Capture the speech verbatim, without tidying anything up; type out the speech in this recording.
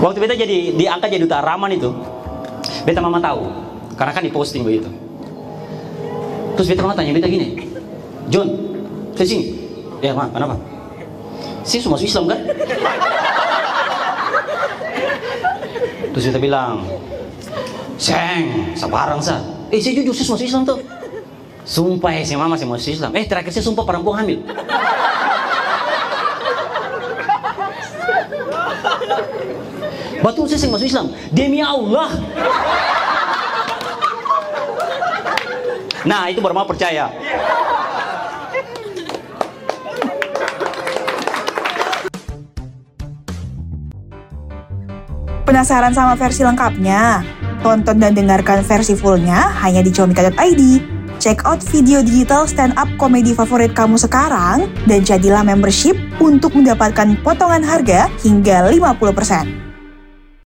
Waktu beta jadi diangkat jadi duta Raman itu, beta mama tahu, karena kan diposting begitu. Terus beta mama tanya beta gini, John, saya sini. Ya ma, kenapa? Saya sudah masuk Islam kan? Terus beta bilang, Seng, sabarang sa. Eh saya jujur saya masuk Islam tuh. Sumpah ya, si mama saya masuk Islam. Eh terakhir saya sumpah perempuan hamil. Betul saya masuk Islam. Demi Allah. Nah itu baru mau percaya. Penasaran sama versi lengkapnya? Tonton dan dengarkan versi fullnya hanya di comika titik i d. Check out video digital stand-up komedi favorit kamu sekarang dan jadilah membership untuk mendapatkan potongan harga hingga lima puluh persen.